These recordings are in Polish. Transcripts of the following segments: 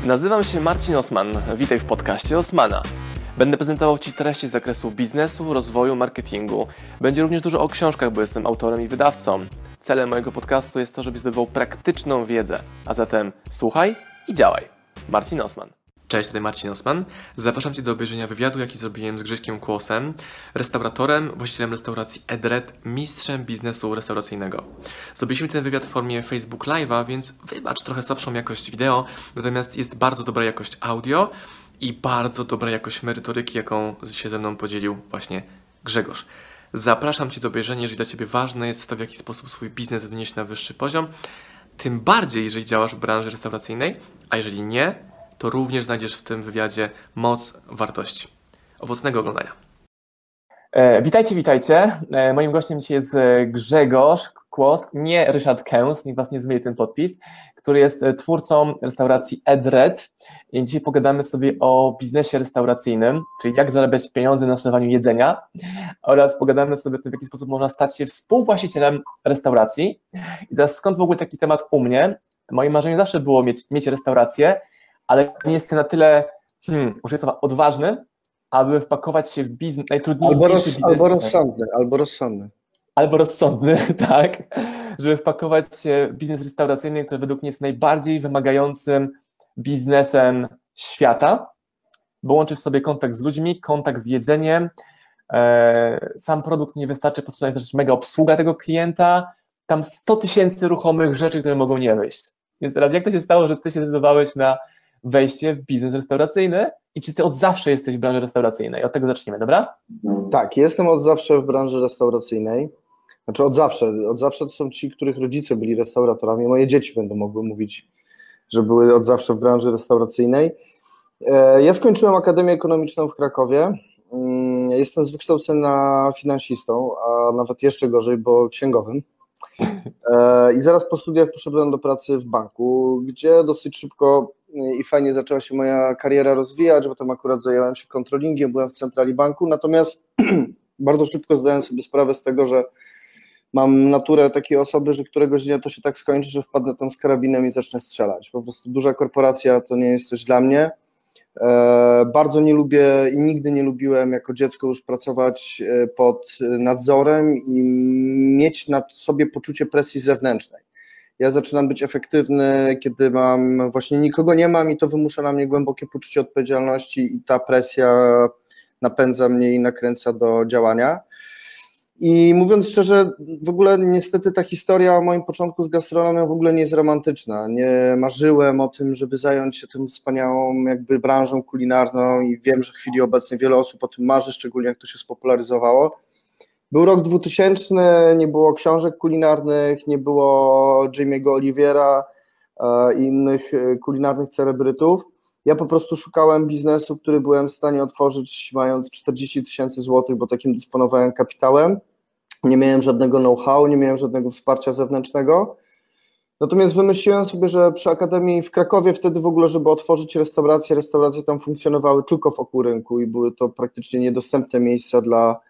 Nazywam się Marcin Osman. Witaj w podcaście Osmana. Będę prezentował Ci treści z zakresu biznesu, rozwoju, marketingu. Będzie również dużo o książkach, bo jestem autorem i wydawcą. Celem mojego podcastu jest to, żebyś zdobywał praktyczną wiedzę. A zatem słuchaj i działaj. Marcin Osman. Cześć, tutaj Marcin Osman. Zapraszam Cię do obejrzenia wywiadu, jaki zrobiłem z Grześkiem Kłosem, restauratorem, właścicielem restauracji Edred, mistrzem biznesu restauracyjnego. Zrobiliśmy ten wywiad w formie Facebook Live'a, więc wybacz trochę słabszą jakość wideo, natomiast jest bardzo dobra jakość audio i bardzo dobra jakość merytoryki, jaką się ze mną podzielił właśnie Grzegorz. Zapraszam Cię do obejrzenia, jeżeli dla Ciebie ważne jest to, w jaki sposób swój biznes wnieść na wyższy poziom, tym bardziej, jeżeli działasz w branży restauracyjnej, a jeżeli nie, to również znajdziesz w tym wywiadzie moc wartości. Owocnego oglądania. Witajcie. Moim gościem dzisiaj jest Grzegorz Kłos, nie Ryszard Kęs, niech Was nie zmyli ten podpis, który jest twórcą restauracji Edred. I dzisiaj pogadamy sobie o biznesie restauracyjnym, czyli jak zarabiać pieniądze na sprzedawaniu jedzenia, oraz pogadamy sobie o tym, w jaki sposób można stać się współwłaścicielem restauracji. I teraz skąd w ogóle taki temat u mnie? Moim marzeniem zawsze było mieć restaurację, ale nie jestem na tyle, odważny, aby wpakować się w biznes, najtrudniejszy biznes. Albo rozsądny, tak, żeby wpakować się w biznes restauracyjny, który według mnie jest najbardziej wymagającym biznesem świata, bo łączy w sobie kontakt z ludźmi, kontakt z jedzeniem, sam produkt nie wystarczy, potrzebna jest też mega obsługa tego klienta, tam 100 000 ruchomych rzeczy, które mogą nie wyjść. Więc teraz jak to się stało, że Ty się zdecydowałeś na wejście w biznes restauracyjny i czy Ty od zawsze jesteś w branży restauracyjnej? Od tego zaczniemy, dobra? Tak, jestem od zawsze w branży restauracyjnej. Znaczy od zawsze to są ci, których rodzice byli restauratorami. Moje dzieci będą mogły mówić, że były od zawsze w branży restauracyjnej. Ja skończyłem Akademię Ekonomiczną w Krakowie. Jestem z wykształcenia finansistą, a nawet jeszcze gorzej, bo księgowym. I zaraz po studiach poszedłem do pracy w banku, gdzie dosyć szybko i fajnie zaczęła się moja kariera rozwijać, bo tam akurat zająłem się controllingiem, byłem w centrali banku, natomiast bardzo szybko zdałem sobie sprawę z tego, że mam naturę takiej osoby, że któregoś dnia to się tak skończy, że wpadnę tam z karabinem i zacznę strzelać. Po prostu duża korporacja to nie jest coś dla mnie. Bardzo nie lubię i nigdy nie lubiłem jako dziecko już pracować pod nadzorem i mieć nad sobie poczucie presji zewnętrznej. Ja zaczynam być efektywny, kiedy właśnie nikogo nie mam i to wymusza na mnie głębokie poczucie odpowiedzialności i ta presja napędza mnie i nakręca do działania. I mówiąc szczerze, w ogóle niestety ta historia o moim początku z gastronomią w ogóle nie jest romantyczna. Nie marzyłem o tym, żeby zająć się tym wspaniałą jakby branżą kulinarną i wiem, że w chwili obecnej wiele osób o tym marzy, szczególnie jak to się spopularyzowało. Był rok 2000, nie było książek kulinarnych, nie było Jamie'ego Oliviera i innych kulinarnych celebrytów. Ja po prostu szukałem biznesu, który byłem w stanie otworzyć mając 40 000 złotych, bo takim dysponowałem kapitałem. Nie miałem żadnego know-how, nie miałem żadnego wsparcia zewnętrznego. Natomiast wymyśliłem sobie, że przy Akademii w Krakowie wtedy w ogóle, żeby otworzyć restauracje tam funkcjonowały tylko wokół rynku i były to praktycznie niedostępne miejsca dla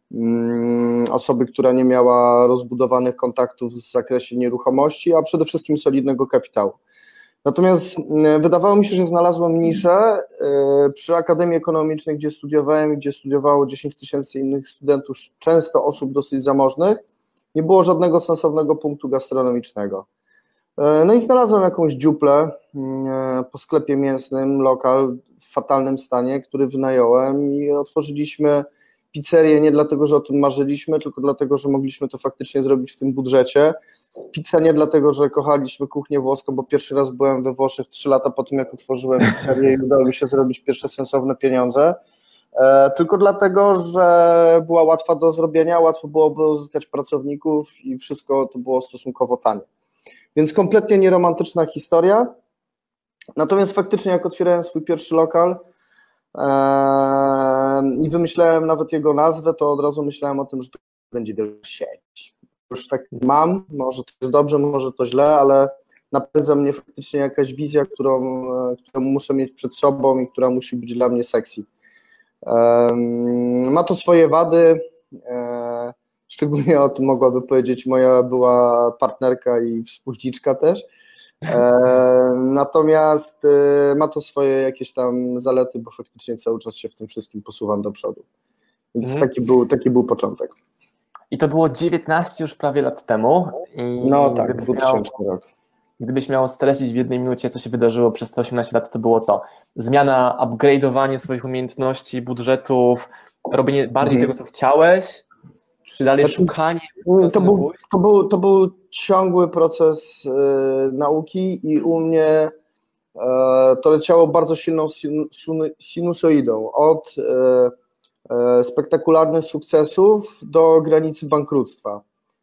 osoby, która nie miała rozbudowanych kontaktów w zakresie nieruchomości, a przede wszystkim solidnego kapitału. Natomiast wydawało mi się, że znalazłem niszę przy Akademii Ekonomicznej, gdzie studiowałem i gdzie studiowało 10 000 innych studentów, często osób dosyć zamożnych, nie było żadnego sensownego punktu gastronomicznego. No i znalazłem jakąś dziuplę po sklepie mięsnym, lokal w fatalnym stanie, który wynająłem i otworzyliśmy pizzerię nie dlatego, że o tym marzyliśmy, tylko dlatego, że mogliśmy to faktycznie zrobić w tym budżecie. Pizza nie dlatego, że kochaliśmy kuchnię włoską, bo pierwszy raz byłem we Włoszech 3 lata po tym, jak otworzyłem pizzerię i udało mi się zrobić pierwsze sensowne pieniądze, tylko dlatego, że była łatwa do zrobienia, łatwo było uzyskać pracowników i wszystko to było stosunkowo tanie. Więc kompletnie nieromantyczna historia. Natomiast faktycznie jak otwierałem swój pierwszy lokal i wymyślałem nawet jego nazwę, to od razu myślałem o tym, że to będzie wielka sieć. Już tak mam, może to jest dobrze, może to źle, ale napędza mnie faktycznie jakaś wizja, którą muszę mieć przed sobą i która musi być dla mnie sexy. Ma to swoje wady, szczególnie o tym mogłaby powiedzieć moja była partnerka i wspólniczka też, Natomiast ma to swoje jakieś tam zalety, bo faktycznie cały czas się w tym wszystkim posuwam do przodu. Więc taki był początek. I to było 19 już prawie lat temu. No tak, 2000 rok. Gdybyś miał streścić w jednej minucie, co się wydarzyło przez te 18 lat, to było co? Zmiana, upgrade'owanie swoich umiejętności, budżetów, robienie bardziej tego, co chciałeś, czy dalej szukanie? To był ciągły proces nauki i u mnie to leciało bardzo silną sinusoidą, od spektakularnych sukcesów do granicy bankructwa.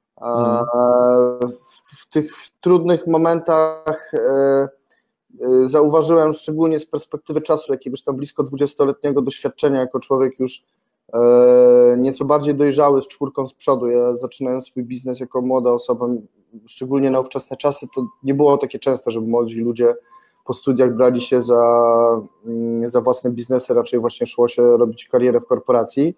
W tych trudnych momentach zauważyłem, szczególnie z perspektywy czasu jakiegoś tam blisko 20-letniego doświadczenia jako człowiek już nieco bardziej dojrzały, z czwórką z przodu. Ja zaczynając swój biznes jako młoda osoba, szczególnie na ówczesne czasy, to nie było takie częste, żeby młodzi ludzie po studiach brali się za własne biznesy, raczej właśnie szło się robić karierę w korporacji.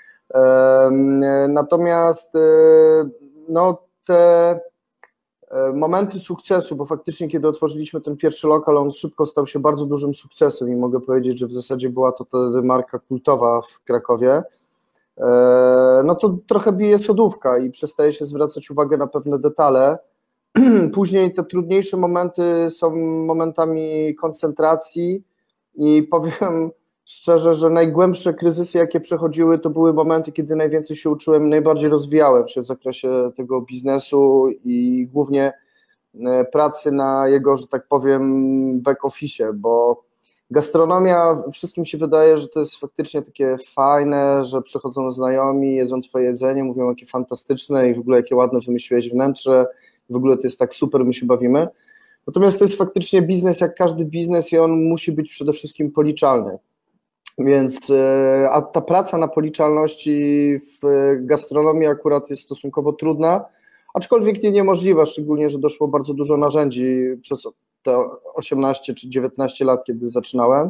Natomiast no, te momenty sukcesu, bo faktycznie kiedy otworzyliśmy ten pierwszy lokal, on szybko stał się bardzo dużym sukcesem i mogę powiedzieć, że w zasadzie była to wtedy marka kultowa w Krakowie, no to trochę bije sodówka i przestaje się zwracać uwagę na pewne detale. Później te trudniejsze momenty są momentami koncentracji i powiem szczerze, że najgłębsze kryzysy, jakie przechodziły, to były momenty, kiedy najwięcej się uczyłem, najbardziej rozwijałem się w zakresie tego biznesu i głównie pracy na jego, że tak powiem, back office, bo gastronomia, wszystkim się wydaje, że to jest faktycznie takie fajne, że przychodzą znajomi, jedzą twoje jedzenie, mówią jakie fantastyczne i w ogóle jakie ładne wymyśliłeś wnętrze, w ogóle to jest tak super, my się bawimy. Natomiast to jest faktycznie biznes jak każdy biznes i on musi być przede wszystkim policzalny. Więc, a ta praca na policzalności w gastronomii akurat jest stosunkowo trudna, aczkolwiek nie niemożliwa, szczególnie, że doszło bardzo dużo narzędzi przez te 18 czy 19 lat, kiedy zaczynałem.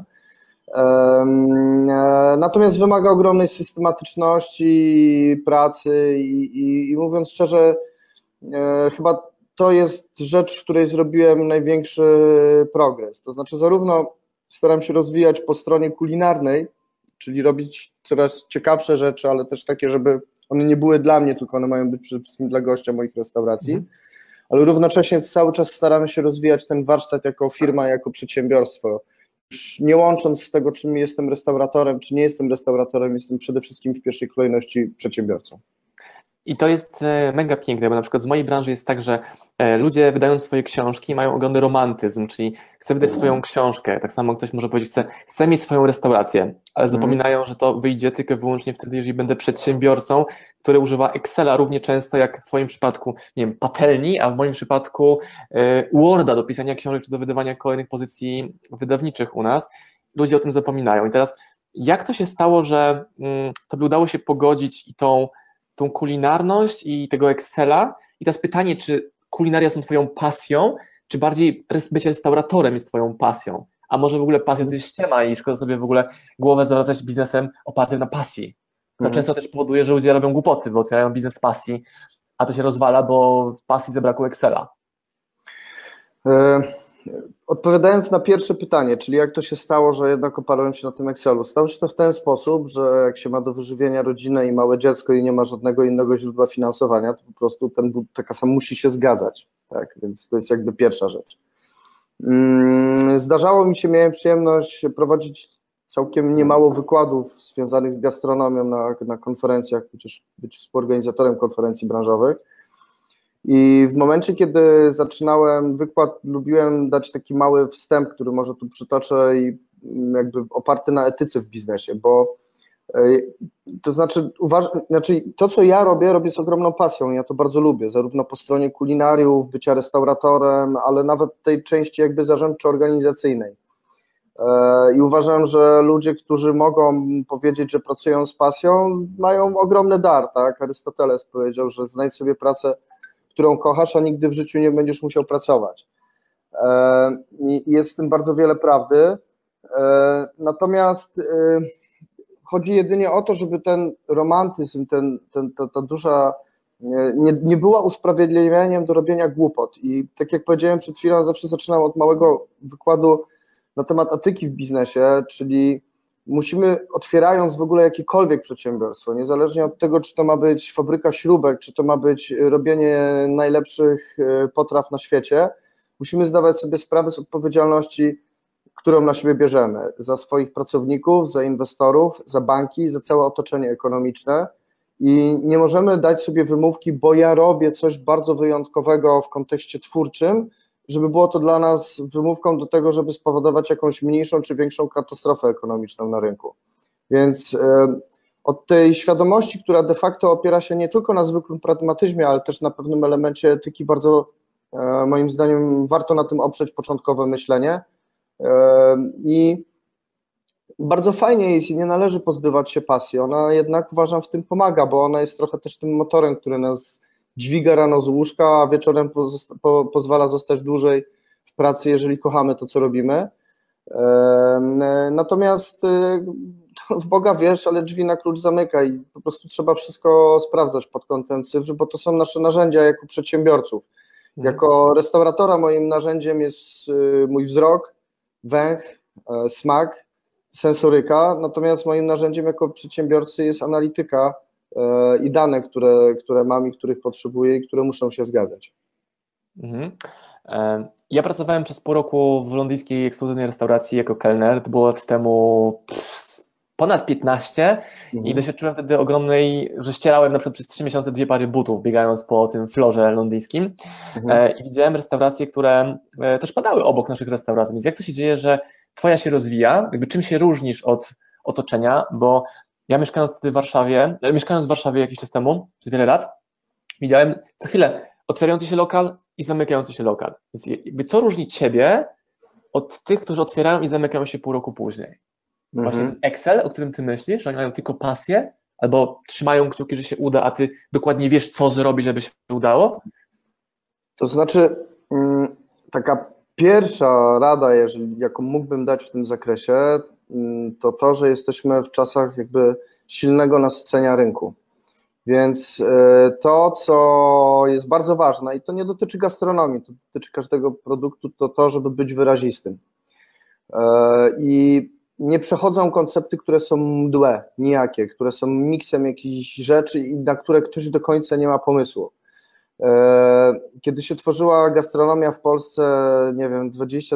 Natomiast wymaga ogromnej systematyczności pracy i mówiąc szczerze, chyba to jest rzecz, w której zrobiłem największy progres. To znaczy zarówno staram się rozwijać po stronie kulinarnej, czyli robić coraz ciekawsze rzeczy, ale też takie, żeby one nie były dla mnie, tylko one mają być przede wszystkim dla gościa moich restauracji, ale równocześnie cały czas staramy się rozwijać ten warsztat jako firma, jako przedsiębiorstwo. Już nie łącząc z tego, czym jestem restauratorem, czy nie jestem restauratorem, jestem przede wszystkim w pierwszej kolejności przedsiębiorcą. I to jest mega piękne, bo na przykład z mojej branży jest tak, że ludzie wydają swoje książki, mają ogromny romantyzm, czyli chcę wydać swoją książkę, tak samo ktoś może powiedzieć, chcę mieć swoją restaurację, ale zapominają, że to wyjdzie tylko i wyłącznie wtedy, jeżeli będę przedsiębiorcą, który używa Excela równie często jak w twoim przypadku, nie wiem, patelni, a w moim przypadku Worda do pisania książek czy do wydawania kolejnych pozycji wydawniczych u nas. Ludzie o tym zapominają. I teraz jak to się stało, że to by udało się pogodzić i tą kulinarność i tego Excela i teraz pytanie, czy kulinaria są twoją pasją, czy bardziej bycie restauratorem jest twoją pasją, a może w ogóle pasja to jest ściema i szkoda sobie w ogóle głowę zawracać biznesem opartym na pasji. To często też powoduje, że ludzie robią głupoty, bo otwierają biznes z pasji, a to się rozwala, bo pasji zabrakło Excela. Odpowiadając na pierwsze pytanie, czyli jak to się stało, że jednak oparłem się na tym Excelu, stało się to w ten sposób, że jak się ma do wyżywienia rodzinę i małe dziecko i nie ma żadnego innego źródła finansowania, to po prostu ta kasa musi się zgadzać, tak, więc to jest jakby pierwsza rzecz. Zdarzało mi się, miałem przyjemność prowadzić całkiem niemało wykładów związanych z gastronomią na konferencjach, być współorganizatorem konferencji branżowych. I w momencie, kiedy zaczynałem wykład, lubiłem dać taki mały wstęp, który może tu przytoczę i jakby oparty na etyce w biznesie, bo to znaczy to, co ja robię z ogromną pasją, ja to bardzo lubię, zarówno po stronie kulinariów, bycia restauratorem, ale nawet tej części jakby zarządczo-organizacyjnej. I uważam, że ludzie, którzy mogą powiedzieć, że pracują z pasją, mają ogromny dar, tak? Arystoteles powiedział, że znajdź sobie pracę, którą kochasz, a nigdy w życiu nie będziesz musiał pracować. I jest w tym bardzo wiele prawdy. Natomiast chodzi jedynie o to, żeby ten romantyzm, ta duża nie była usprawiedliwieniem do robienia głupot. I tak jak powiedziałem przed chwilą, zawsze zaczynam od małego wykładu na temat etyki w biznesie, czyli musimy, otwierając w ogóle jakiekolwiek przedsiębiorstwo, niezależnie od tego, czy to ma być fabryka śrubek, czy to ma być robienie najlepszych potraw na świecie, musimy zdawać sobie sprawę z odpowiedzialności, którą na siebie bierzemy, za swoich pracowników, za inwestorów, za banki, za całe otoczenie ekonomiczne i nie możemy dać sobie wymówki, bo ja robię coś bardzo wyjątkowego w kontekście twórczym, żeby było to dla nas wymówką do tego, żeby spowodować jakąś mniejszą czy większą katastrofę ekonomiczną na rynku. Więc od tej świadomości, która de facto opiera się nie tylko na zwykłym pragmatyzmie, ale też na pewnym elemencie etyki, bardzo moim zdaniem warto na tym oprzeć początkowe myślenie. I bardzo fajnie jest i nie należy pozbywać się pasji. Ona jednak, uważam, w tym pomaga, bo ona jest trochę też tym motorem, który nas dźwiga rano z łóżka, a wieczorem pozwala zostać dłużej w pracy, jeżeli kochamy to, co robimy. Natomiast w Boga wiesz, ale drzwi na klucz zamyka i po prostu trzeba wszystko sprawdzać pod kątem cyfry, bo to są nasze narzędzia jako przedsiębiorców. Jako restauratora moim narzędziem jest mój wzrok, węch, smak, sensoryka, natomiast moim narzędziem jako przedsiębiorcy jest analityka i dane, które mam i których potrzebuję i które muszą się zgadzać. Ja pracowałem przez pół roku w londyńskiej ekskluzywnej restauracji jako kelner, to było lat temu ponad 15 i doświadczyłem wtedy ogromnej, że ścierałem na przykład przez 3 miesiące 2 pary butów, biegając po tym florze londyńskim i widziałem restauracje, które też padały obok naszych restauracji, więc jak to się dzieje, że twoja się rozwija, jakby czym się różnisz od otoczenia, bo ja mieszkając w Warszawie jakiś czas temu, przez wiele lat, widziałem za chwilę otwierający się lokal i zamykający się lokal, więc jakby co różni ciebie od tych, którzy otwierają i zamykają się pół roku później? Właśnie ten Excel, o którym ty myślisz, że oni mają tylko pasję, albo trzymają kciuki, że się uda, a ty dokładnie wiesz, co zrobić, żeby się udało? To znaczy, taka pierwsza rada, jaką mógłbym dać w tym zakresie, to, że jesteśmy w czasach jakby silnego nasycenia rynku. Więc to, co jest bardzo ważne, i to nie dotyczy gastronomii, to dotyczy każdego produktu, to, żeby być wyrazistym. I nie przechodzą koncepty, które są mdłe, nijakie, które są miksem jakichś rzeczy i na które ktoś do końca nie ma pomysłu. Kiedy się tworzyła gastronomia w Polsce, nie wiem,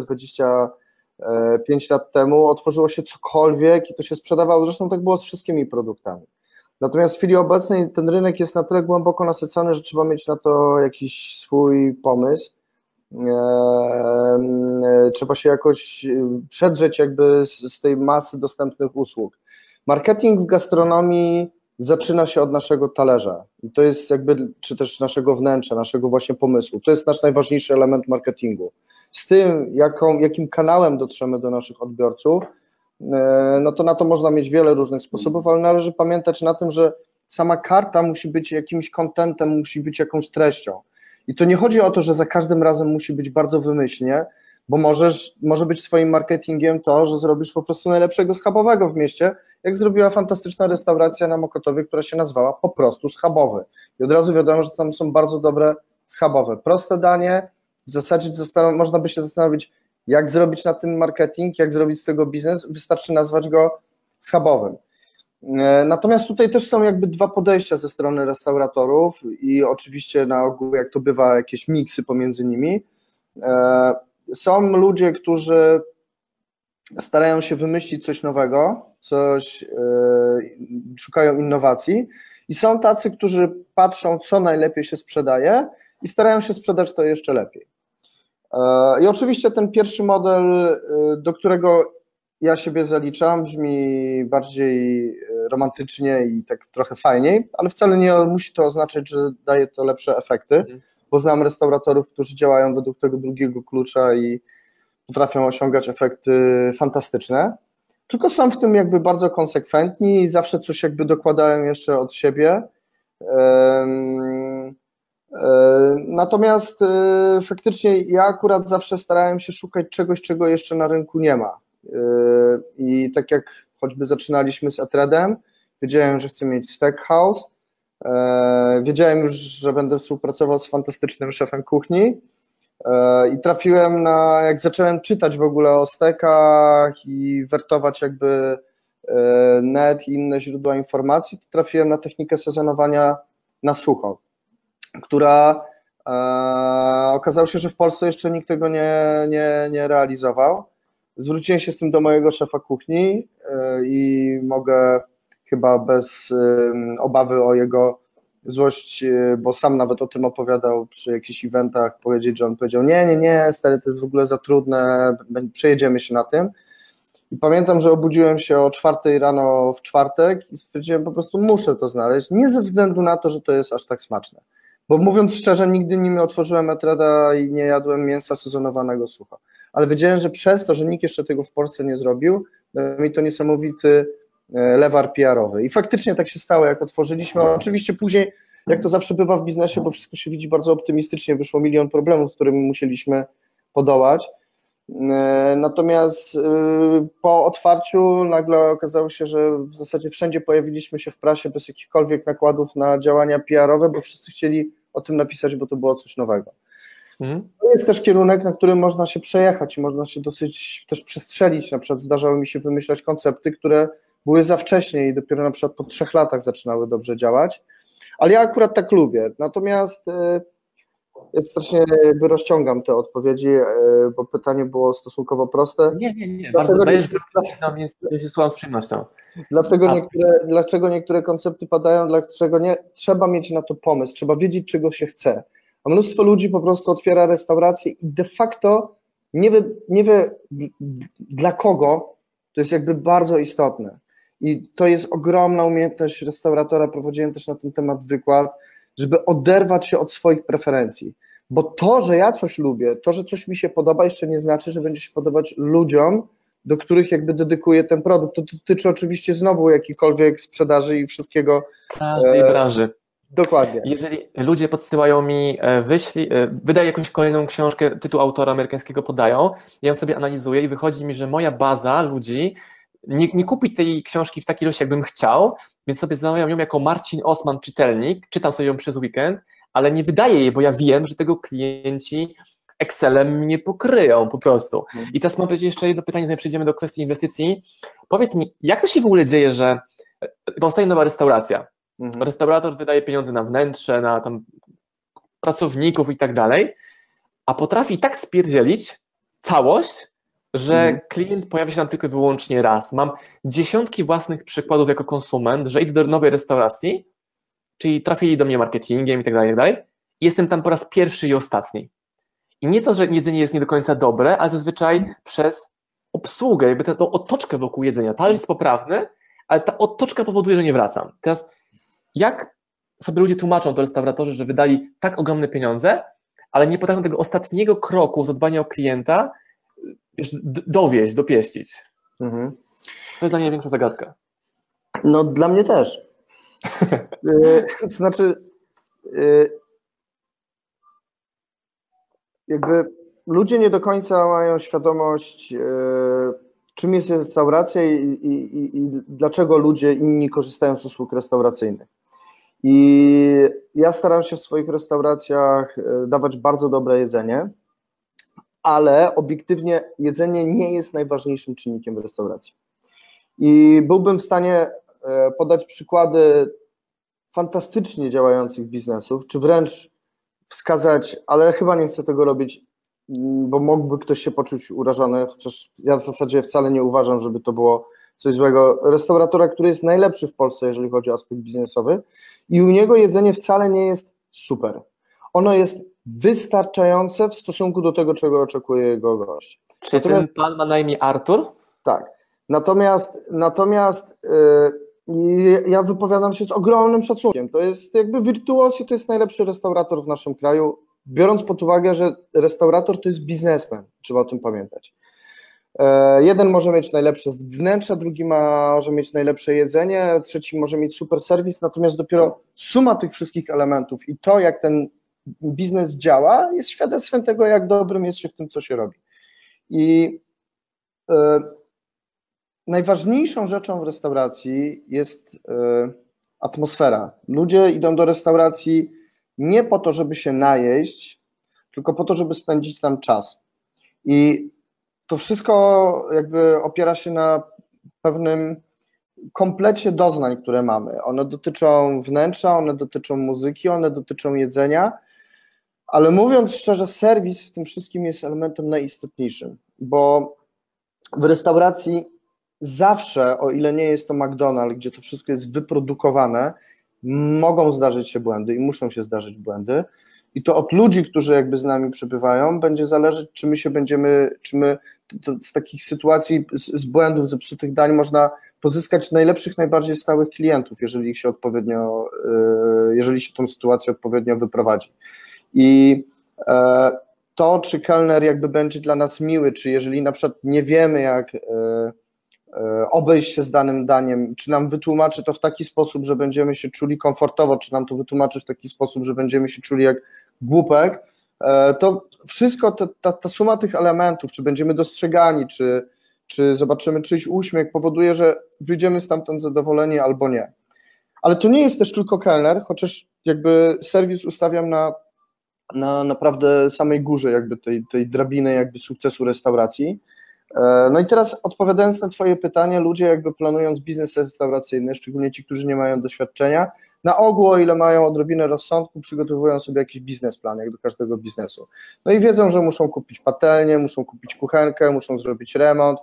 20-25 lat temu, otworzyło się cokolwiek i to się sprzedawało, zresztą tak było z wszystkimi produktami. Natomiast w chwili obecnej ten rynek jest na tyle głęboko nasycony, że trzeba mieć na to jakiś swój pomysł. Trzeba się jakoś przedrzeć jakby z tej masy dostępnych usług. Marketing w gastronomii zaczyna się od naszego talerza i to jest jakby, czy też naszego wnętrza, naszego właśnie pomysłu. To jest nasz najważniejszy element marketingu. Z tym, jakim kanałem dotrzemy do naszych odbiorców, no to na to można mieć wiele różnych sposobów, ale należy pamiętać na tym, że sama karta musi być jakimś kontentem, musi być jakąś treścią. I to nie chodzi o to, że za każdym razem musi być bardzo wymyślnie, bo może być twoim marketingiem to, że zrobisz po prostu najlepszego schabowego w mieście, jak zrobiła fantastyczna restauracja na Mokotowie, która się nazwała po prostu Schabowy. I od razu wiadomo, że tam są bardzo dobre schabowe. Proste danie, w zasadzie można by się zastanowić, jak zrobić na tym marketing, jak zrobić z tego biznes, wystarczy nazwać go schabowym. Natomiast tutaj też są jakby dwa podejścia ze strony restauratorów i oczywiście na ogół, jak to bywa, jakieś miksy pomiędzy nimi. Są ludzie, którzy starają się wymyślić coś nowego, szukają innowacji i są tacy, którzy patrzą, co najlepiej się sprzedaje i starają się sprzedać to jeszcze lepiej. I oczywiście ten pierwszy model, do którego ja siebie zaliczam, brzmi bardziej romantycznie i tak trochę fajniej, ale wcale nie musi to oznaczać, że daje to lepsze efekty, bo znam restauratorów, którzy działają według tego drugiego klucza i potrafią osiągać efekty fantastyczne, tylko są w tym jakby bardzo konsekwentni i zawsze coś jakby dokładają jeszcze od siebie. Natomiast faktycznie ja akurat zawsze starałem się szukać czegoś, czego jeszcze na rynku nie ma. I tak jak choćby zaczynaliśmy z Etredem, wiedziałem, że chcę mieć steakhouse, Wiedziałem już, że będę współpracował z fantastycznym szefem kuchni i trafiłem jak zacząłem czytać w ogóle o stekach i wertować jakby net i inne źródła informacji, to trafiłem na technikę sezonowania na sucho, która okazało się, że w Polsce jeszcze nikt tego nie realizował. Zwróciłem się z tym do mojego szefa kuchni i mogę chyba bez obawy o jego złość, bo sam nawet o tym opowiadał przy jakichś eventach, powiedzieć, że on powiedział, nie, stary, to jest w ogóle za trudne, przejedziemy się na tym. I pamiętam, że obudziłem się o 4 rano w czwartek i stwierdziłem, po prostu muszę to znaleźć, nie ze względu na to, że to jest aż tak smaczne. Bo mówiąc szczerze, nigdy nie otworzyłem Etreda i nie jadłem mięsa sezonowanego sucho. Ale wiedziałem, że przez to, że nikt jeszcze tego w Polsce nie zrobił, mi to niesamowity lewar PR-owy. I faktycznie tak się stało, jak otworzyliśmy. Oczywiście później, jak to zawsze bywa w biznesie, bo wszystko się widzi bardzo optymistycznie, wyszło milion problemów, z którymi musieliśmy podołać. Natomiast po otwarciu nagle okazało się, że w zasadzie wszędzie pojawiliśmy się w prasie bez jakichkolwiek nakładów na działania PR-owe, bo wszyscy chcieli o tym napisać, bo to było coś nowego. To jest też kierunek, na którym można się przejechać i można się dosyć też przestrzelić. Na przykład zdarzało mi się wymyślać koncepty, które były za wcześnie i dopiero na przykład po 3 latach zaczynały dobrze działać, ale ja akurat tak lubię. Natomiast ja strasznie rozciągam te odpowiedzi, bo pytanie było stosunkowo proste. Nie, bardzo dajesz nam, więc ja się słucham z przyjemnością. Dlaczego niektóre koncepty padają, dlaczego nie? Trzeba mieć na to pomysł, trzeba wiedzieć, czego się chce. A mnóstwo ludzi po prostu otwiera restaurację i de facto nie wie dla kogo, to jest jakby bardzo istotne. I to jest ogromna umiejętność restauratora, prowadziłem też na ten temat wykład, żeby oderwać się od swoich preferencji. Bo to, że ja coś lubię, to, że coś mi się podoba, jeszcze nie znaczy, że będzie się podobać ludziom, do których jakby dedykuję ten produkt. To dotyczy oczywiście znowu jakiejkolwiek sprzedaży i wszystkiego. Każdej branży. Dokładnie. Jeżeli ludzie podsyłają mi, wydaję jakąś kolejną książkę, tytuł autora amerykańskiego podają, ja ją sobie analizuję i wychodzi mi, że moja baza ludzi nie kupi tej książki w takiej ilości, jakbym chciał, więc sobie zamawiam ją jako Marcin Osman czytelnik, czytam sobie ją przez weekend, ale nie wydaję jej, bo ja wiem, że tego klienci Excelem nie pokryją po prostu. I teraz mam jeszcze jedno pytanie, zanim przejdziemy do kwestii inwestycji. Powiedz mi, jak to się w ogóle dzieje, że powstaje nowa restauracja? Restaurator wydaje pieniądze na wnętrze, na tam pracowników i tak dalej, a potrafi tak spierdzielić całość, że klient pojawia się tam tylko i wyłącznie raz. Mam dziesiątki własnych przykładów jako konsument, że idę do nowej restauracji, czyli trafili do mnie marketingiem i tak dalej, i jestem tam po raz pierwszy i ostatni. I nie to, że jedzenie jest nie do końca dobre, ale zazwyczaj przez obsługę, jakby tą otoczkę wokół jedzenia. Talerz jest poprawny, ale ta otoczka powoduje, że nie wracam. Teraz jak sobie ludzie tłumaczą to restauratorzy, że wydali tak ogromne pieniądze, ale nie potrafią tego ostatniego kroku zadbania o klienta dowieść, dopieścić. To jest dla mnie największa zagadka. No dla mnie też. Znaczy jakby ludzie nie do końca mają świadomość, czym jest restauracja i dlaczego ludzie inni korzystają z usług restauracyjnych. I ja staram się w swoich restauracjach dawać bardzo dobre jedzenie, ale obiektywnie jedzenie nie jest najważniejszym czynnikiem w restauracji. I byłbym w stanie podać przykłady fantastycznie działających biznesów, czy wręcz wskazać, ale chyba nie chcę tego robić, bo mógłby ktoś się poczuć urażony, chociaż ja w zasadzie wcale nie uważam, żeby to było coś złego. Restauratora, który jest najlepszy w Polsce, jeżeli chodzi o aspekt biznesowy, i u niego jedzenie wcale nie jest super. Ono jest wystarczające w stosunku do tego, czego oczekuje jego gość. Czy ten pan ma na imię Artur? Tak. Natomiast ja wypowiadam się z ogromnym szacunkiem. To jest jakby wirtuoz i to jest najlepszy restaurator w naszym kraju, biorąc pod uwagę, że restaurator to jest biznesmen, trzeba o tym pamiętać. Jeden może mieć najlepsze wnętrze, drugi może mieć najlepsze jedzenie, trzeci może mieć super serwis, natomiast dopiero suma tych wszystkich elementów i to, jak ten biznes działa, jest świadectwem tego, jak dobrym jest się w tym, co się robi. I najważniejszą rzeczą w restauracji jest atmosfera. Ludzie idą do restauracji nie po to, żeby się najeść, tylko po to, żeby spędzić tam czas. I to wszystko jakby opiera się na pewnym komplecie doznań, które mamy. One dotyczą wnętrza, one dotyczą muzyki, one dotyczą jedzenia, ale mówiąc szczerze, serwis w tym wszystkim jest elementem najistotniejszym, bo w restauracji zawsze, o ile nie jest to McDonald's, gdzie to wszystko jest wyprodukowane, mogą zdarzyć się błędy i muszą się zdarzyć błędy. I to od ludzi, którzy jakby z nami przybywają, będzie zależeć, czy my się będziemy, z takich sytuacji, z błędów, zepsutych dań można pozyskać najlepszych, najbardziej stałych klientów, jeżeli się tą sytuację odpowiednio wyprowadzi. I to, czy kelner jakby będzie dla nas miły, czy jeżeli na przykład nie wiemy, jak obejść się z danym daniem, czy nam wytłumaczy to w taki sposób, że będziemy się czuli komfortowo, czy nam to wytłumaczy w taki sposób, że będziemy się czuli jak głupek, to wszystko, ta suma tych elementów, czy będziemy dostrzegani, czy zobaczymy czyjś uśmiech, powoduje, że wyjdziemy stamtąd zadowoleni albo nie. Ale to nie jest też tylko kelner, chociaż jakby serwis ustawiam na naprawdę samej górze jakby tej drabiny jakby sukcesu restauracji. No i teraz odpowiadając na twoje pytanie, ludzie jakby planując biznes restauracyjny, szczególnie ci, którzy nie mają doświadczenia, na ogół, o ile mają odrobinę rozsądku, przygotowują sobie jakiś biznesplan, jak do każdego biznesu. No i wiedzą, że muszą kupić patelnię, muszą kupić kuchenkę, muszą zrobić remont,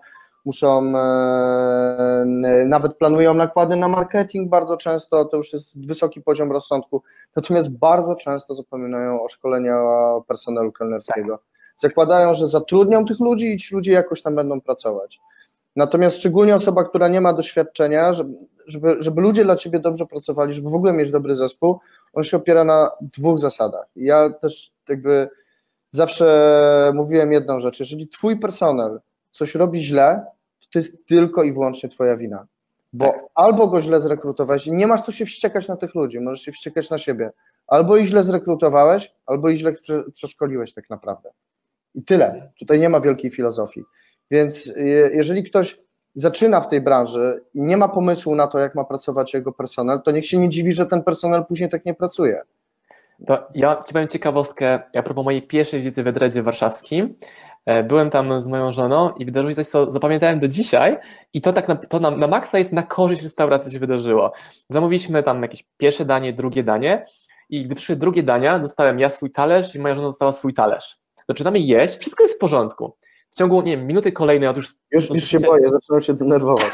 nawet planują nakłady na marketing bardzo często, to już jest wysoki poziom rozsądku, natomiast bardzo często zapominają o szkolenia personelu kelnerskiego. Tak. Zakładają, że zatrudnią tych ludzi i ci ludzie jakoś tam będą pracować. Natomiast szczególnie osoba, która nie ma doświadczenia, żeby ludzie dla ciebie dobrze pracowali, żeby w ogóle mieć dobry zespół, on się opiera na dwóch zasadach. Ja też jakby zawsze mówiłem jedną rzecz, jeżeli twój personel coś robi źle, to jest tylko i wyłącznie twoja wina, bo tak. Albo go źle zrekrutowałeś i nie masz co się wściekać na tych ludzi, możesz się wściekać na siebie, albo ich źle zrekrutowałeś, albo ich źle przeszkoliłeś tak naprawdę. I tyle. Tutaj nie ma wielkiej filozofii. Więc jeżeli ktoś zaczyna w tej branży i nie ma pomysłu na to, jak ma pracować jego personel, to niech się nie dziwi, że ten personel później tak nie pracuje. To ja ci powiem ciekawostkę, a propos mojej pierwszej wizyty w Edredzie warszawskim. Byłem tam z moją żoną i wydarzyło się coś, co zapamiętałem do dzisiaj i to na maksa jest na korzyść restauracji, co się wydarzyło. Zamówiliśmy tam jakieś pierwsze danie, drugie danie i gdy przyszły drugie dania, dostałem ja swój talerz i moja żona dostała swój talerz. Zaczynamy jeść, wszystko jest w porządku. W ciągu, nie wiem, minuty kolejnej, Już się boję, zaczynam się denerwować.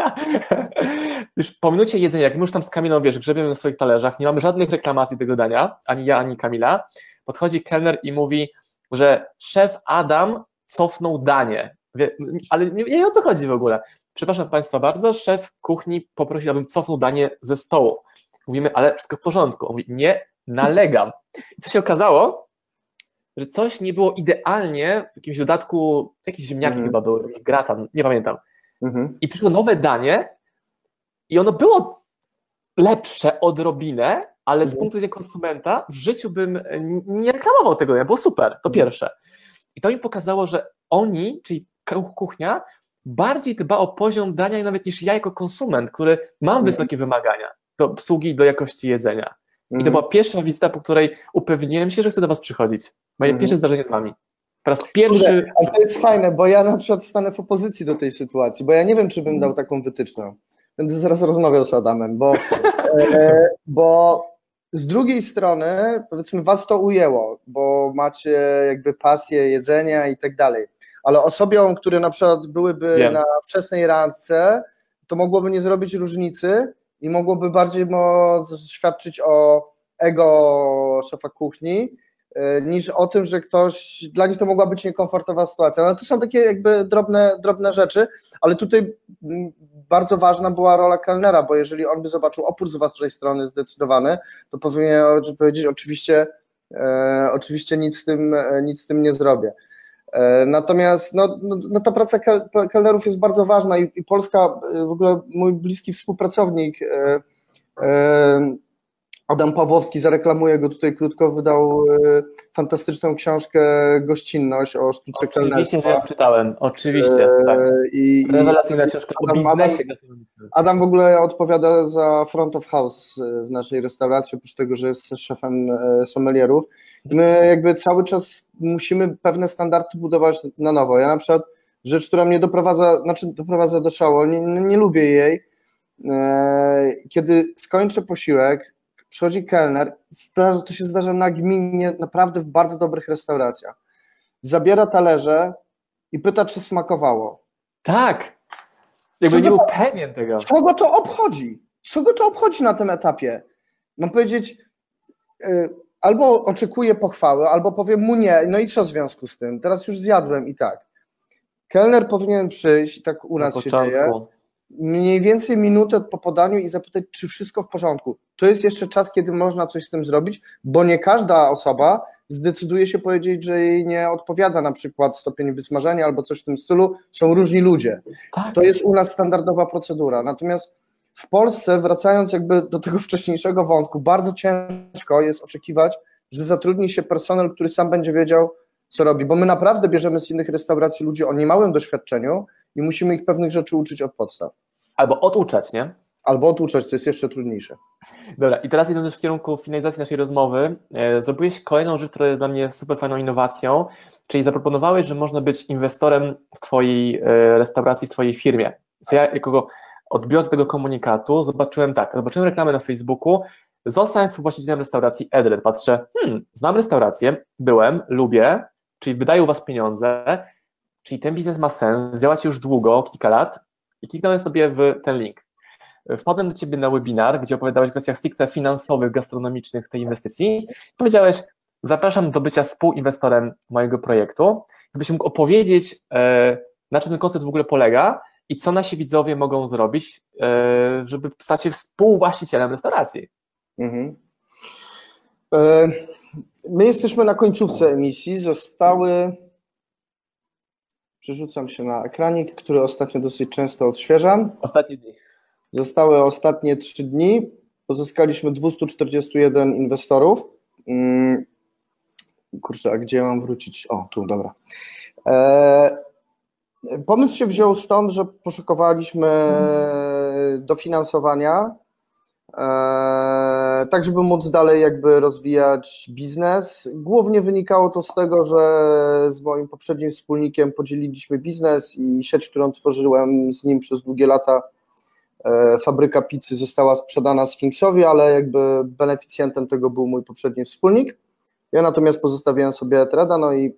Już po minucie jedzenia, jak my już tam z Kamilą, grzebiemy na swoich talerzach, nie mamy żadnych reklamacji tego dania, ani ja, ani Kamila, podchodzi kelner i mówi, że szef Adam cofnął danie. Ale nie wiem, o co chodzi w ogóle. Przepraszam Państwa bardzo, szef kuchni poprosił, abym cofnął danie ze stołu. Mówimy, ale wszystko w porządku. On mówi, nie, nalegam. I co się okazało? Że coś nie było idealnie, w jakimś dodatku, jakieś ziemniaki chyba były, jakiś gratan, nie pamiętam. I przyszło nowe danie i ono było lepsze odrobinę, ale z punktu widzenia konsumenta w życiu bym nie reklamował tego, nie? Było super, to pierwsze. I to mi pokazało, że oni, czyli kuchnia, bardziej dba o poziom dania nawet niż ja jako konsument, który mam wysokie wymagania do obsługi i do jakości jedzenia. I to była pierwsza wizyta, po której upewniłem się, że chcę do was przychodzić. Moje pierwsze zdarzenie z wami. Po raz pierwszy... Ale to jest fajne, bo ja na przykład stanę w opozycji do tej sytuacji, bo ja nie wiem, czy bym dał taką wytyczną. Będę zaraz rozmawiał z Adamem, bo z drugiej strony, powiedzmy, was to ujęło, bo macie jakby pasję jedzenia i tak dalej, ale osobom, które na przykład byłyby na wczesnej randce, to mogłoby nie zrobić różnicy i mogłoby bardziej świadczyć o ego szefa kuchni, niż o tym, że dla nich to mogła być niekomfortowa sytuacja. No to są takie jakby drobne rzeczy, ale tutaj bardzo ważna była rola kelnera, bo jeżeli on by zobaczył opór z waszej strony zdecydowany, to powinien powiedzieć, oczywiście nic z tym nie zrobię. Natomiast ta praca kelnerów jest bardzo ważna i Polska, w ogóle mój bliski współpracownik, Adam Pawłowski, zareklamuję go tutaj krótko, wydał fantastyczną książkę Gościnność o sztuce kelnerstwa. Oczywiście, że ja czytałem, oczywiście, tak. Rewelacyjna książka o biznesie gastronomicznym. Adam w ogóle odpowiada za front of house w naszej restauracji, oprócz tego, że jest szefem sommelierów. My jakby cały czas musimy pewne standardy budować na nowo. Ja na przykład rzecz, która mnie doprowadza do szału, nie lubię jej, kiedy skończę posiłek, przychodzi kelner, to się zdarza nagminnie, naprawdę w bardzo dobrych restauracjach. Zabiera talerze i pyta, czy smakowało. Tak, jakby nie był pewien tego. Co go to obchodzi? Co go to obchodzi na tym etapie? Mam powiedzieć, albo oczekuję pochwały, albo powiem mu nie, no i co w związku z tym? Teraz już zjadłem i tak. Kelner powinien przyjść, i tak u nas się dzieje, mniej więcej minutę po podaniu i zapytać, czy wszystko w porządku. To jest jeszcze czas, kiedy można coś z tym zrobić, bo nie każda osoba zdecyduje się powiedzieć, że jej nie odpowiada na przykład stopień wysmażenia albo coś w tym stylu. Są różni ludzie. Tak. To jest u nas standardowa procedura. Natomiast w Polsce, wracając jakby do tego wcześniejszego wątku, bardzo ciężko jest oczekiwać, że zatrudni się personel, który sam będzie wiedział, co robi, bo my naprawdę bierzemy z innych restauracji ludzi o niemałym doświadczeniu i musimy ich pewnych rzeczy uczyć od podstaw. Albo oduczać, nie? Albo oduczać, co jest jeszcze trudniejsze. Dobra, i teraz idąc już w kierunku finalizacji naszej rozmowy, zrobiłeś kolejną rzecz, która jest dla mnie super fajną innowacją, czyli zaproponowałeś, że można być inwestorem w twojej restauracji, w twojej firmie. So ja jako odbiorca tego komunikatu zobaczyłem reklamę na Facebooku, zostałem współwłaścicielem restauracji Edred. Patrzę, znam restaurację, byłem, lubię, czyli wydaję u was pieniądze, czyli ten biznes ma sens, działacie już długo, kilka lat i kliknąłem sobie w ten link. Wpadłem do ciebie na webinar, gdzie opowiadałeś o kwestiach stricte finansowych, gastronomicznych tej inwestycji. Powiedziałeś, zapraszam do bycia współinwestorem mojego projektu. Gdybyś mógł opowiedzieć, na czym ten koncept w ogóle polega i co nasi widzowie mogą zrobić, żeby stać się współwłaścicielem restauracji. Mhm. My jesteśmy na końcówce emisji. Przerzucam się na ekranik, który ostatnio dosyć często odświeżam. Ostatnie dni. Zostały ostatnie 3 dni. Pozyskaliśmy 241 inwestorów. Kurczę, a gdzie mam wrócić? O, tu, dobra. Pomysł się wziął stąd, że poszukowaliśmy dofinansowania, tak żeby móc dalej jakby rozwijać biznes. Głównie wynikało to z tego, że z moim poprzednim wspólnikiem podzieliliśmy biznes i sieć, którą tworzyłem z nim przez długie lata, fabryka pizzy, została sprzedana Sfinksowi, ale jakby beneficjentem tego był mój poprzedni wspólnik. Ja natomiast pozostawiłem sobie Edreda, no i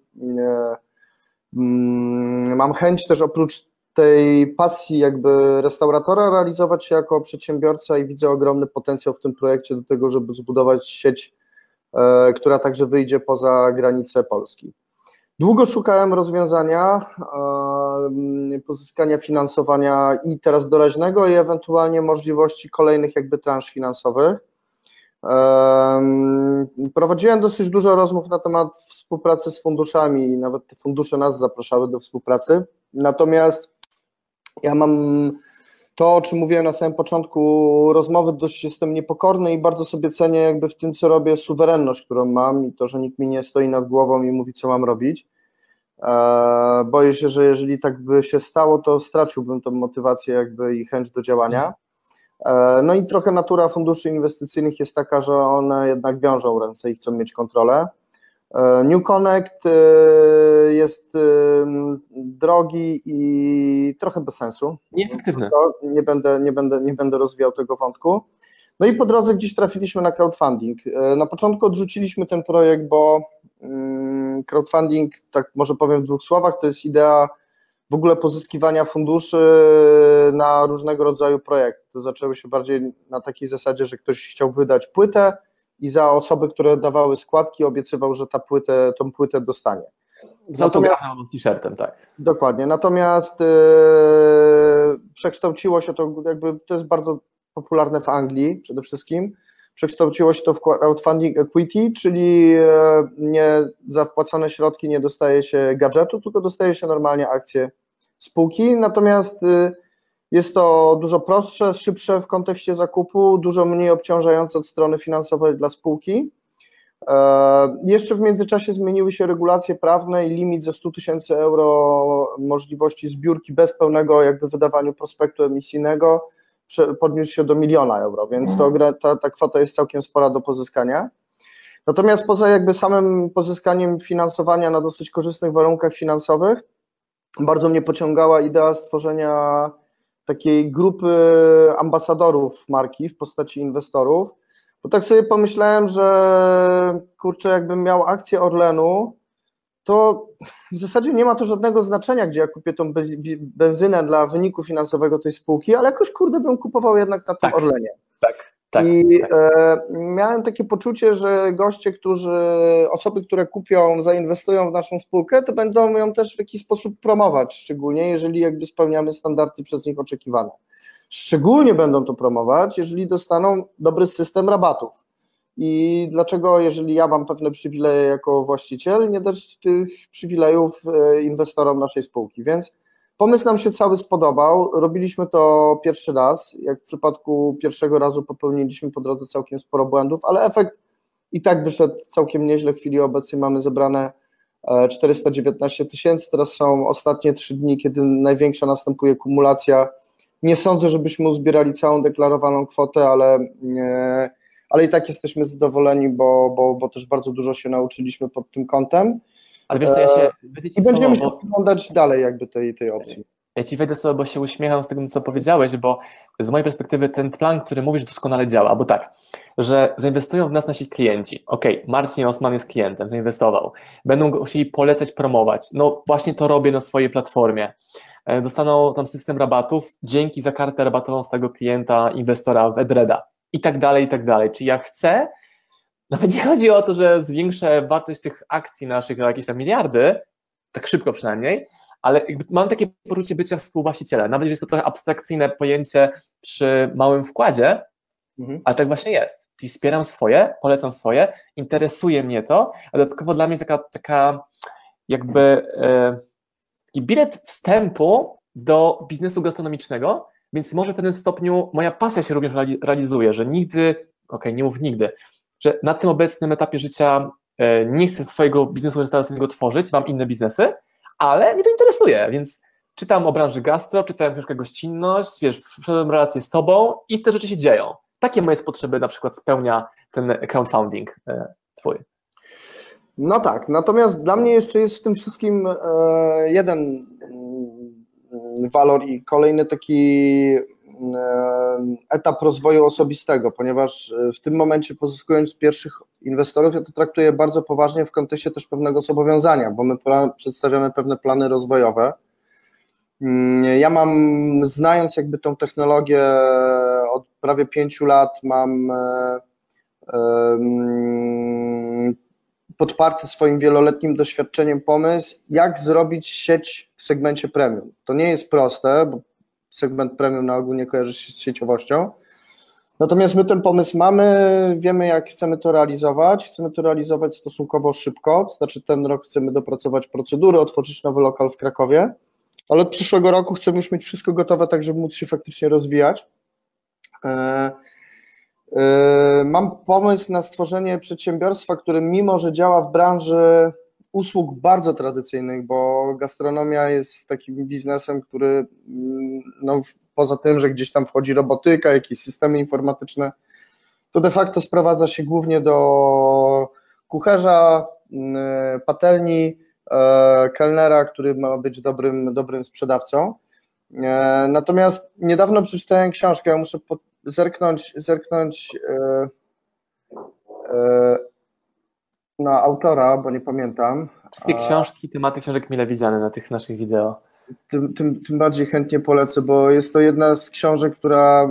mam chęć też oprócz tej pasji jakby restauratora realizować się jako przedsiębiorca i widzę ogromny potencjał w tym projekcie do tego, żeby zbudować sieć, która także wyjdzie poza granice Polski. Długo szukałem rozwiązania, pozyskania finansowania i teraz doraźnego i ewentualnie możliwości kolejnych jakby transz finansowych. Prowadziłem dosyć dużo rozmów na temat współpracy z funduszami i nawet te fundusze nas zapraszały do współpracy, natomiast ja mam to, o czym mówiłem na samym początku rozmowy, dość jestem niepokorny i bardzo sobie cenię jakby w tym, co robię, suwerenność, którą mam i to, że nikt mi nie stoi nad głową i mówi, co mam robić. Boję się, że jeżeli tak by się stało, to straciłbym tą motywację jakby i chęć do działania. No i trochę natura funduszy inwestycyjnych jest taka, że one jednak wiążą ręce i chcą mieć kontrolę. New Connect jest drogi i trochę bez sensu. Nieefektywny. Nie będę rozwijał tego wątku. No i po drodze gdzieś trafiliśmy na crowdfunding. Na początku odrzuciliśmy ten projekt, bo crowdfunding, tak może powiem w 2 słowach, to jest idea w ogóle pozyskiwania funduszy na różnego rodzaju projekty. To zaczęło się bardziej na takiej zasadzie, że ktoś chciał wydać płytę i za osoby, które dawały składki, obiecywał, że tą płytę dostanie. Z autografem albo z t-shirtem, tak. Dokładnie, natomiast przekształciło się to, jakby to jest bardzo popularne w Anglii przede wszystkim, przekształciło się to w crowdfunding equity, czyli nie za wpłacone środki nie dostaje się gadżetu, tylko dostaje się normalnie akcje spółki, natomiast Jest to dużo prostsze, szybsze w kontekście zakupu, dużo mniej obciążające od strony finansowej dla spółki. Jeszcze w międzyczasie zmieniły się regulacje prawne i limit ze 100 000 euro możliwości zbiórki bez pełnego jakby wydawania prospektu emisyjnego podniósł się do 1 000 000 euro, więc ta kwota jest całkiem spora do pozyskania. Natomiast poza jakby samym pozyskaniem finansowania na dosyć korzystnych warunkach finansowych, bardzo mnie pociągała idea stworzenia takiej grupy ambasadorów marki w postaci inwestorów, bo tak sobie pomyślałem, że kurczę, jakbym miał akcję Orlenu, to w zasadzie nie ma to żadnego znaczenia, gdzie ja kupię tą benzynę dla wyniku finansowego tej spółki, ale jakoś kurde bym kupował jednak na tym Orlenie. Tak. Miałem takie poczucie, że osoby, które kupią, zainwestują w naszą spółkę, to będą ją też w jakiś sposób promować, szczególnie jeżeli jakby spełniamy standardy przez nich oczekiwane. Szczególnie będą to promować, jeżeli dostaną dobry system rabatów. I dlaczego, jeżeli ja mam pewne przywileje jako właściciel, nie dać tych przywilejów inwestorom naszej spółki, więc pomysł nam się cały spodobał, robiliśmy to pierwszy raz, jak w przypadku pierwszego razu popełniliśmy po drodze całkiem sporo błędów, ale efekt i tak wyszedł całkiem nieźle. W chwili obecnej mamy zebrane 419 000, teraz są ostatnie 3 dni, kiedy największa następuje kumulacja. Nie sądzę, żebyśmy uzbierali całą deklarowaną kwotę, ale i tak jesteśmy zadowoleni, bo też bardzo dużo się nauczyliśmy pod tym kątem. Ale wiesz co, I będziemy się przyglądać dalej jakby tej opcji. Ja ci wejdę sobie, bo się uśmiecham z tego, co powiedziałeś, bo z mojej perspektywy ten plan, który mówisz, doskonale działa, bo tak, że zainwestują w nas nasi klienci. Okej, Marcin Osman jest klientem, zainwestował. Będą go chcieli polecać, promować. No właśnie to robię na swojej platformie. Dostaną tam system rabatów dzięki za kartę rabatową z tego klienta, inwestora w Edreda i tak dalej, i tak dalej. Czy ja chcę, nawet nie chodzi o to, że zwiększę wartość tych akcji naszych o jakieś tam miliardy, tak szybko przynajmniej, ale jakby mam takie poczucie bycia współwłaścicielem, nawet jeżeli jest to trochę abstrakcyjne pojęcie przy małym wkładzie, ale tak właśnie jest. Czyli wspieram swoje, polecam swoje, interesuje mnie to, a dodatkowo dla mnie jest taka jakby taki bilet wstępu do biznesu gastronomicznego, więc może w pewnym stopniu moja pasja się również realizuje, że nigdy, nie mów nigdy, że na tym obecnym etapie życia nie chcę swojego biznesu restauracyjnego tworzyć, mam inne biznesy, ale mnie to interesuje, więc czytam o branży gastro, czytałem książkę Gościnność, wiesz, wszedłem w relację z tobą i te rzeczy się dzieją. Takie moje potrzeby na przykład spełnia ten crowdfunding twój. No tak, natomiast dla mnie jeszcze jest w tym wszystkim jeden walor i kolejny taki etap rozwoju osobistego, ponieważ w tym momencie pozyskując pierwszych inwestorów, ja to traktuję bardzo poważnie w kontekście też pewnego zobowiązania, bo my przedstawiamy pewne plany rozwojowe. Ja znając jakby tą technologię od prawie 5 lat, mam podparty swoim wieloletnim doświadczeniem pomysł, jak zrobić sieć w segmencie premium. To nie jest proste, bo segment premium na ogół nie kojarzy się z sieciowością. Natomiast my ten pomysł mamy, wiemy jak chcemy to realizować stosunkowo szybko, to znaczy ten rok chcemy dopracować procedury, otworzyć nowy lokal w Krakowie, ale od przyszłego roku chcemy już mieć wszystko gotowe, tak żeby móc się faktycznie rozwijać. Mam pomysł na stworzenie przedsiębiorstwa, które mimo, że działa w branży usług bardzo tradycyjnych, bo gastronomia jest takim biznesem, który no, poza tym, że gdzieś tam wchodzi robotyka, jakieś systemy informatyczne, to de facto sprowadza się głównie do kucharza, patelni, kelnera, który ma być dobrym sprzedawcą. Natomiast niedawno przeczytałem książkę, ja muszę zerknąć na autora, bo nie pamiętam. Wszystkie książki, tematy książek mile widziane na tych naszych wideo. Tym bardziej chętnie polecę, bo jest to jedna z książek, która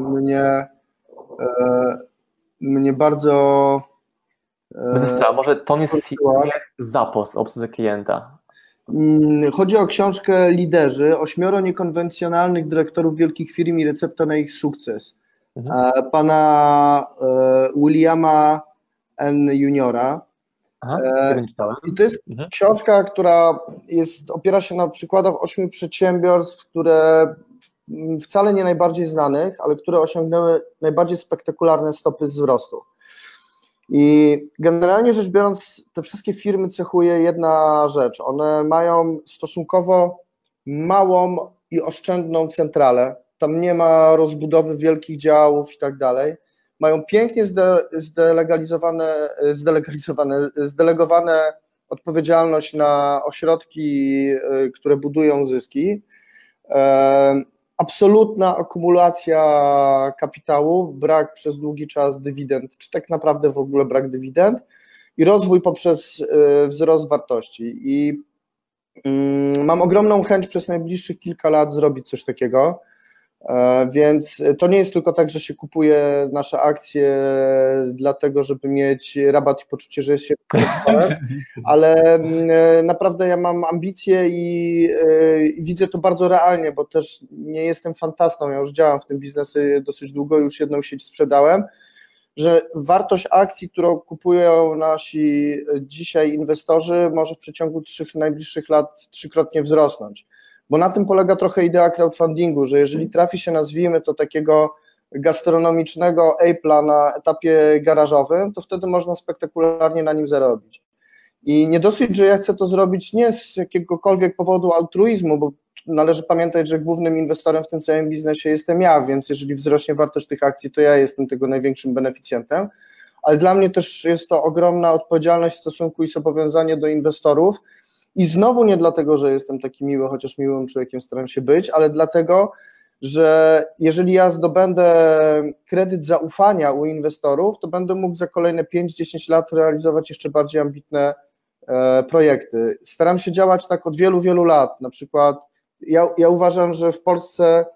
mnie bardzo... Będę starał, może to jest zapos obsłudze klienta. Chodzi o książkę Liderzy, 8 niekonwencjonalnych dyrektorów wielkich firm i recepta na ich sukces. Pana Williama N. Juniora. I to jest książka, która opiera się na przykładach 8 przedsiębiorstw, które wcale nie najbardziej znanych, ale które osiągnęły najbardziej spektakularne stopy wzrostu. I generalnie rzecz biorąc, te wszystkie firmy cechuje jedna rzecz. One mają stosunkowo małą i oszczędną centralę. Tam nie ma rozbudowy wielkich działów i tak dalej. Mają pięknie zdelegowane odpowiedzialność na ośrodki, które budują zyski. Absolutna akumulacja kapitału, brak przez długi czas dywidend, czy tak naprawdę w ogóle brak dywidend i rozwój poprzez wzrost wartości. I mam ogromną chęć przez najbliższych kilka lat zrobić coś takiego, więc to nie jest tylko tak, że się kupuje nasze akcje dlatego, żeby mieć rabat i poczucie, że jest się ale naprawdę ja mam ambicje i widzę to bardzo realnie, bo też nie jestem fantastą, ja już działam w tym biznesie dosyć długo, już jedną sieć sprzedałem, że wartość akcji, którą kupują nasi dzisiaj inwestorzy, może w przeciągu najbliższych lat trzykrotnie wzrosnąć, bo na tym polega trochę idea crowdfundingu, że jeżeli trafi się, nazwijmy to, takiego gastronomicznego Apple'a na etapie garażowym, to wtedy można spektakularnie na nim zarobić. I nie dosyć, że ja chcę to zrobić nie z jakiegokolwiek powodu altruizmu, bo należy pamiętać, że głównym inwestorem w tym całym biznesie jestem ja, więc jeżeli wzrośnie wartość tych akcji, to ja jestem tego największym beneficjentem, ale dla mnie też jest to ogromna odpowiedzialność w stosunku i zobowiązanie do inwestorów i znowu nie dlatego, że jestem taki miły, chociaż miłym człowiekiem staram się być, ale dlatego, że jeżeli ja zdobędę kredyt zaufania u inwestorów, to będę mógł za kolejne 5-10 lat realizować jeszcze bardziej ambitne projekty. Staram się działać tak od wielu, wielu lat. Na przykład ja uważam, że w Polsce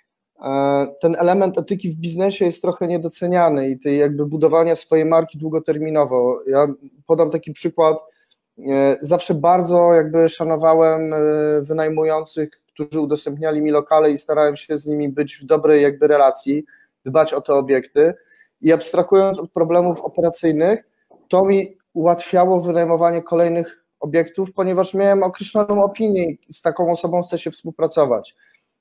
ten element etyki w biznesie jest trochę niedoceniany i tej jakby budowania swojej marki długoterminowo. Ja podam taki przykład. Zawsze bardzo jakby szanowałem wynajmujących, którzy udostępniali mi lokale i starałem się z nimi być w dobrej jakby relacji, dbać o te obiekty i abstrahując od problemów operacyjnych, to mi ułatwiało wynajmowanie kolejnych obiektów, ponieważ miałem określoną opinię i z taką osobą chcę się współpracować.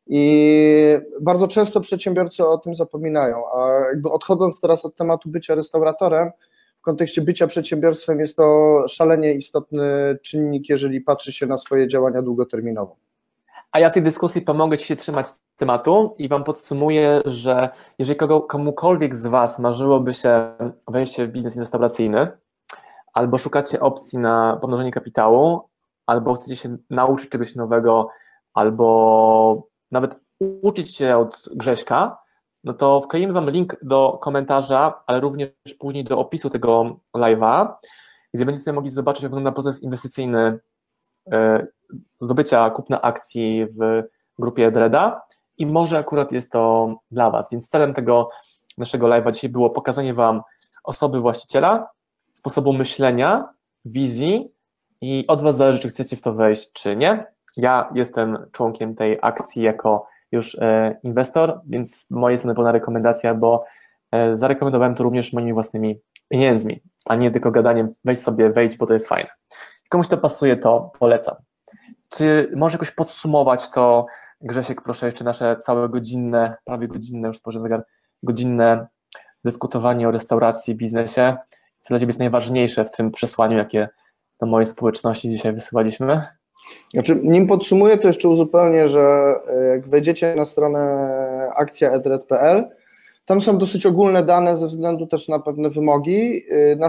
I bardzo często przedsiębiorcy o tym zapominają, a jakby odchodząc teraz od tematu bycia restauratorem, w kontekście bycia przedsiębiorstwem jest to szalenie istotny czynnik, jeżeli patrzy się na swoje działania długoterminowo. A ja w tej dyskusji pomogę Ci się trzymać tematu i Wam podsumuję, że jeżeli komukolwiek z Was marzyłoby się wejście w biznes restauracyjny, albo szukacie opcji na pomnożenie kapitału, albo chcecie się nauczyć czegoś nowego, albo nawet uczyć się od Grześka, no to wkleimy Wam link do komentarza, ale również później do opisu tego live'a, gdzie będziecie sobie mogli zobaczyć, jak wygląda proces inwestycyjny zdobycia, kupna akcji w grupie Dreda i może akurat jest to dla Was, więc celem tego naszego live'a dzisiaj było pokazanie Wam osoby właściciela, sposobu myślenia, wizji i od Was zależy, czy chcecie w to wejść, czy nie. Ja jestem członkiem tej akcji jako już inwestor, więc z mojej strony pełna rekomendacja, bo zarekomendowałem to również moimi własnymi pieniędzmi, a nie tylko gadaniem wejdź sobie, wejdź, bo to jest fajne. Komuś to pasuje, to polecam. Czy może jakoś podsumować to, Grzesiek, proszę, jeszcze nasze całe godzinne, prawie godzinne, już spojrzę zegar, godzinne dyskutowanie o restauracji, biznesie, co dla Ciebie jest najważniejsze w tym przesłaniu, jakie do mojej społeczności dzisiaj wysyłaliśmy? Znaczy, nim podsumuję, to jeszcze uzupełnię, że jak wejdziecie na stronę akcja.edred.pl, tam są dosyć ogólne dane ze względu też na pewne wymogi. Na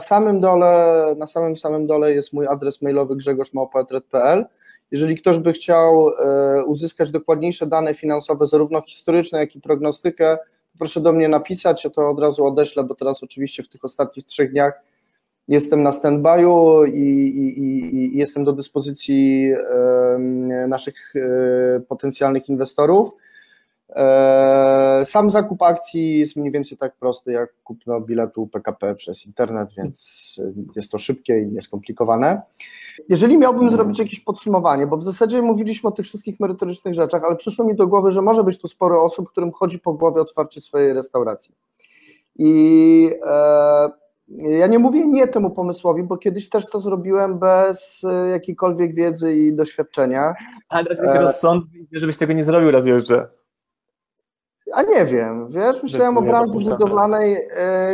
samym dole jest mój adres mailowy grzegorz@edred.pl. Jeżeli ktoś by chciał uzyskać dokładniejsze dane finansowe, zarówno historyczne, jak i prognostykę, to proszę do mnie napisać, ja to od razu odeślę, bo teraz oczywiście w tych ostatnich 3 dniach jestem na stand-by'u i jestem do dyspozycji naszych potencjalnych inwestorów. Sam zakup akcji jest mniej więcej tak prosty jak kupno biletu PKP przez internet, więc jest to szybkie i nieskomplikowane. Jeżeli miałbym zrobić jakieś podsumowanie, bo w zasadzie mówiliśmy o tych wszystkich merytorycznych rzeczach, ale przyszło mi do głowy, że może być tu sporo osób, którym chodzi po głowie otwarcie swojej restauracji. I ja nie mówię nie temu pomysłowi, bo kiedyś też to zrobiłem bez jakiejkolwiek wiedzy i doświadczenia. Ale teraz jest rozsądny, żebyś tego nie zrobił raz jeszcze. A nie wiem, wiesz, myślałem o branży budowlanej.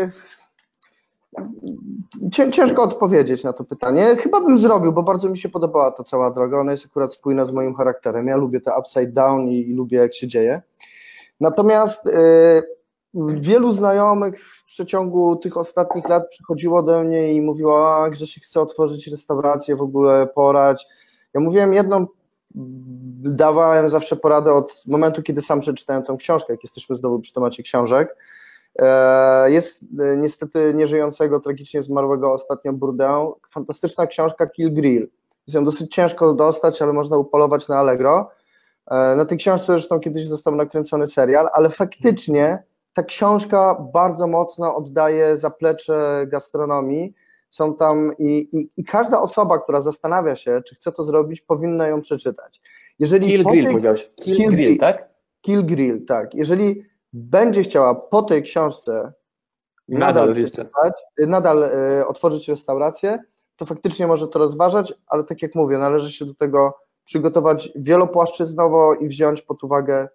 Ciężko odpowiedzieć na to pytanie. Chyba bym zrobił, bo bardzo mi się podobała ta cała droga. Ona jest akurat spójna z moim charakterem. Ja lubię te upside down i lubię, jak się dzieje. Natomiast wielu znajomych w przeciągu tych ostatnich lat przychodziło do mnie i mówiło: a Grzesiek chce otworzyć restaurację, w ogóle poradź. Ja mówiłem jedną, dawałem zawsze poradę od momentu, kiedy sam przeczytałem tą książkę, jak jesteśmy znowu przy temacie książek. Jest niestety nieżyjącego, tragicznie zmarłego ostatnio Bourdain, fantastyczna książka Kill Grill. Jest ją dosyć ciężko dostać, ale można upolować na Allegro. Na tej książce zresztą kiedyś został nakręcony serial, ale faktycznie ta książka bardzo mocno oddaje zaplecze gastronomii. Są tam i każda osoba, która zastanawia się, czy chce to zrobić, powinna ją przeczytać. Jeżeli Kill Grill powiedziałeś. Kill Grill, tak? Kill Grill, tak. Jeżeli będzie chciała po tej książce nadal otworzyć restaurację, to faktycznie może to rozważać, ale tak jak mówię, należy się do tego przygotować wielopłaszczyznowo i wziąć pod uwagę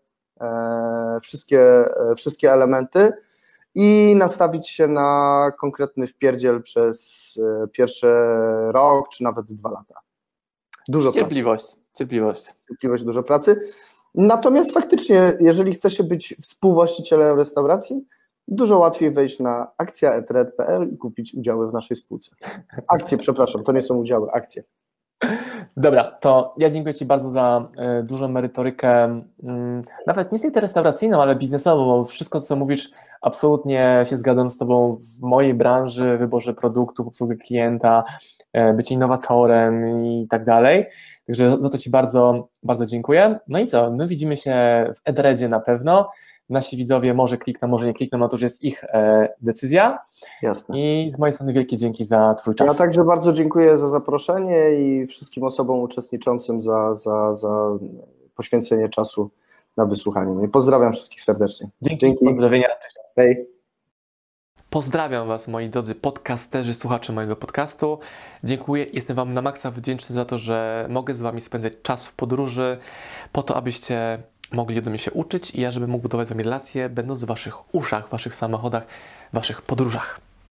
wszystkie elementy i nastawić się na konkretny wpierdziel przez pierwszy rok, czy nawet 2 lata. Dużo Cierpliwość, dużo pracy. Natomiast faktycznie, jeżeli chce się być współwłaścicielem restauracji, dużo łatwiej wejść na akcja@red.pl i kupić udziały w naszej spółce. Akcje, przepraszam, to nie są udziały, akcje. Dobra, to ja dziękuję Ci bardzo za dużą merytorykę, nawet nie stricte restauracyjną, ale biznesową, bo wszystko, co mówisz, absolutnie się zgadzam z Tobą w mojej branży, wyborze produktów, obsługi klienta, bycie innowatorem i tak dalej. Także za to Ci bardzo, bardzo dziękuję. No i co, my widzimy się w Edredzie na pewno. Nasi widzowie może klikną, może nie klikną, no to już jest ich decyzja. Jasne. I z mojej strony wielkie dzięki za Twój czas. Ja także bardzo dziękuję za zaproszenie i wszystkim osobom uczestniczącym za poświęcenie czasu na wysłuchanie mnie. Pozdrawiam wszystkich serdecznie. Dzięki. Pozdrowienia. Hej. Pozdrawiam Was, moi drodzy podcasterzy, słuchacze mojego podcastu. Dziękuję, jestem Wam na maksa wdzięczny za to, że mogę z Wami spędzać czas w podróży, po to, abyście mogli ode mnie się uczyć i ja, żebym mógł budować z Wami relacje, będąc w Waszych uszach, w Waszych samochodach, w Waszych podróżach.